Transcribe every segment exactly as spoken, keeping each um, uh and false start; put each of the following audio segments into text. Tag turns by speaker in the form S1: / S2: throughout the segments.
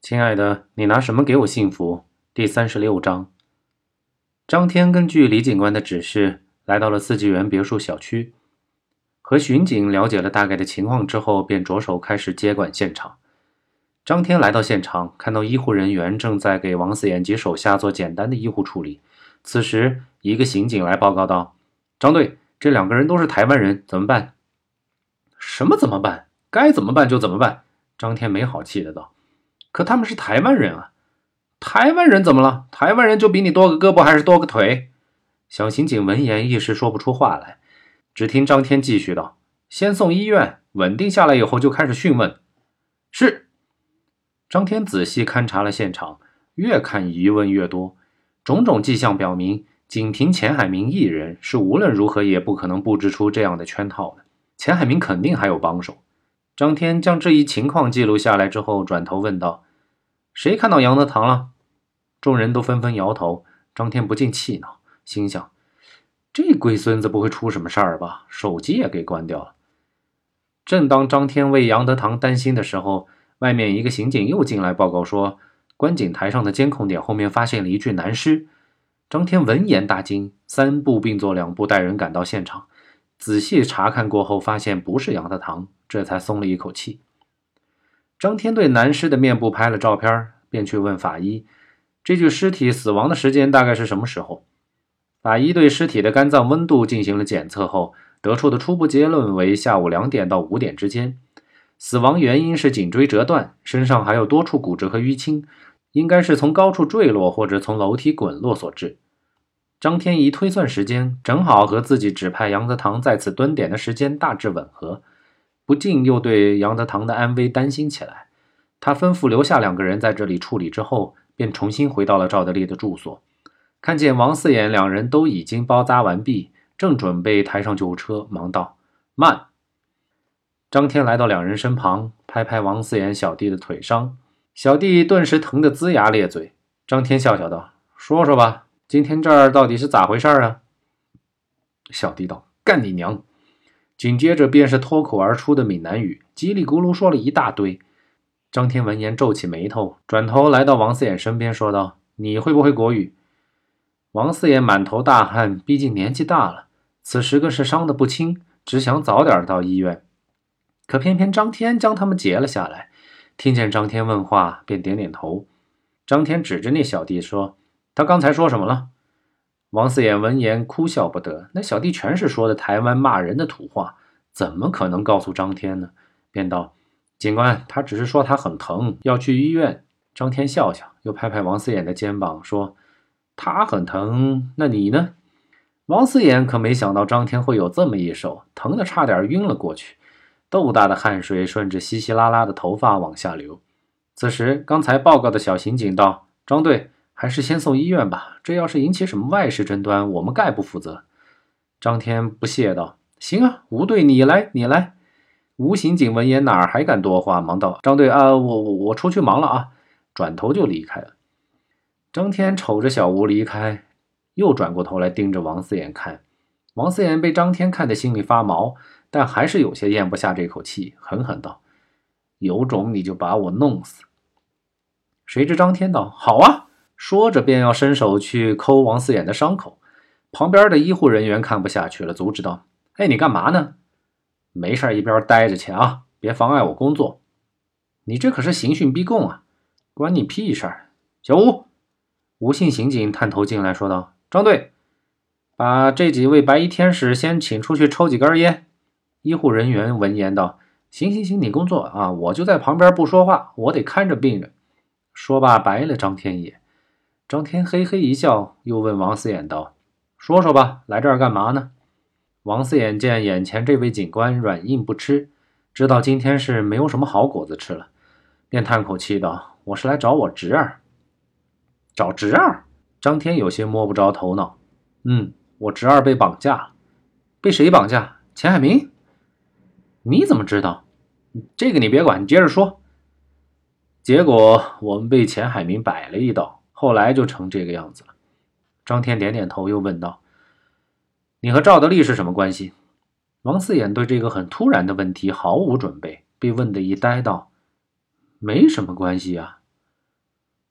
S1: 亲爱的，你拿什么给我幸福？第三十六章。张天根据李警官的指示，来到了四季园别墅小区，和巡警了解了大概的情况之后，便着手开始接管现场。张天来到现场，看到医护人员正在给王思妍及手下做简单的医护处理。此时，一个刑警来报告道：“张队，这两个人都是台湾人，怎么办？”“什么怎么办？该怎么办就怎么办。”张天没好气的道。“可他们是台湾人啊。”“台湾人怎么了？台湾人就比你多个胳膊还是多个腿？”小刑警闻言一时说不出话来，只听张天继续道：“先送医院，稳定下来以后就开始讯问。”“是。”张天仔细勘察了现场，越看疑问越多，种种迹象表明，仅凭钱海明一人是无论如何也不可能布置出这样的圈套的，钱海明肯定还有帮手。张天将这一情况记录下来之后，转头问道：“谁看到杨德堂了？”众人都纷纷摇头。张天不禁气恼，心想：这龟孙子不会出什么事儿吧？手机也给关掉了。正当张天为杨德堂担心的时候，外面一个刑警又进来报告说，观景台上的监控点后面发现了一具男尸。张天闻言大惊，三步并作两步带人赶到现场，仔细查看过后发现不是杨德堂，这才松了一口气。张天对男尸的面部拍了照片，便去问法医，这具尸体死亡的时间大概是什么时候。法医对尸体的肝脏温度进行了检测后，得出的初步结论为下午两点到五点之间。死亡原因是颈椎折断，身上还有多处骨折和淤青，应该是从高处坠落或者从楼梯滚落所致。张天一推算时间，正好和自己指派杨德堂在此蹲点的时间大致吻合，不禁又对杨德堂的安危担心起来。他吩咐留下两个人在这里处理之后，便重新回到了赵德利的住所。看见王四眼两人都已经包扎完毕，正准备抬上救护车，忙道：“慢！”张天来到两人身旁，拍拍王四眼小弟的腿伤，小弟顿时疼得龇牙咧嘴。张天笑笑道：“说说吧，今天这儿到底是咋回事啊？”小弟道：“干你娘！”紧接着便是脱口而出的闽南语，叽里咕噜说了一大堆。张天闻言皱起眉头，转头来到王四眼身边说道：“你会不会国语？”王四眼满头大汗，毕竟年纪大了，此时更是伤得不轻，只想早点到医院。可偏偏张天将他们截了下来，听见张天问话，便点点头。张天指着那小弟说：“他刚才说什么了？”王四眼闻言哭笑不得，那小弟全是说的台湾骂人的土话，怎么可能告诉张天呢？便道：“警官，他只是说他很疼，要去医院。”张天笑笑，又拍拍王四眼的肩膀说：“他很疼，那你呢？”王四眼可没想到张天会有这么一手，疼得差点晕了过去。豆大的汗水顺着稀稀拉拉的头发往下流。此时刚才报告的小刑警道：“张队，还是先送医院吧，这要是引起什么外事争端，我们概不负责。”张天不屑道：“行啊，吴队你来你来。”吴刑警闻言哪儿还敢多话，忙道：“张队啊，我我我出去忙了啊。”转头就离开了。张天瞅着小吴离开，又转过头来盯着王四眼看。王四眼被张天看得心里发毛，但还是有些咽不下这口气，狠狠道：“有种你就把我弄死！”谁知张天道：“好啊！”说着便要伸手去抠王四眼的伤口。旁边的医护人员看不下去了，阻止道：“哎，你干嘛呢？没事一边待着去啊，别妨碍我工作。你这可是刑讯逼供啊，关你屁事儿！”小吴，吴姓刑警探头进来说道：“张队，把这几位白衣天使先请出去抽几根烟。”医护人员闻言道：“行行行，你工作啊，我就在旁边不说话，我得看着病人。”说罢白了张天一眼。张天嘿嘿一笑，又问王四眼道：“说说吧，来这儿干嘛呢？”王四眼见眼前这位警官软硬不吃，知道今天是没有什么好果子吃了，便叹口气道：“我是来找我侄儿。”“找侄儿？”张天有些摸不着头脑。“嗯，我侄儿被绑架了。”“被谁绑架？钱海明？”“你怎么知道？”“这个你别管，你接着说。”“结果我们被钱海明摆了一道，后来就成这个样子了。”张天点点头，又问道：“你和赵德利是什么关系？”王四眼对这个很突然的问题毫无准备，被问得一呆道：“没什么关系啊。”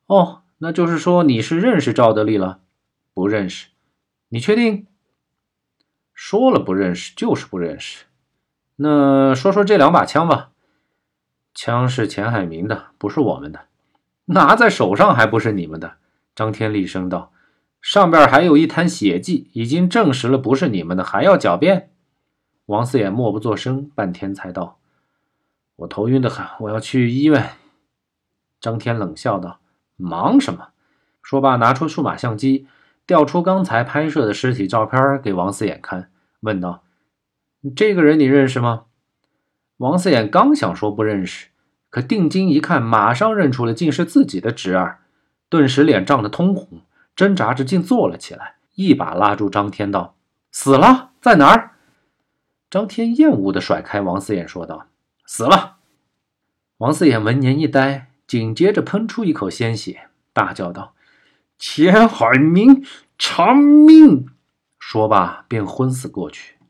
S1: 哦，那就是说你是认识赵德利了？不认识。你确定？说了不认识就是不认识。那说说这两把枪吧。枪是钱海明的，不是我们的。拿在手上还不是你们的？张天厉声道。上边还有一滩血迹，已经证实了不是你们的，还要狡辩？王四眼默不作声，半天才道：我头晕得很，我要去医院。张天冷笑道：忙什么？说罢拿出数码相机，调出刚才拍摄的尸体照片给王四眼看，问道：这个人你认识吗？王四眼刚想说不认识，可定睛一看，马上认出了竟是自己的侄儿，顿时脸涨得通红，挣扎着竟坐了起来，一把拉住张天道：死了，在哪儿？张天厌恶地甩开王四眼说道：死了。王四眼闻言一呆，紧接着喷出一口鲜血，大叫道：钱海明偿命！说罢便昏死过去。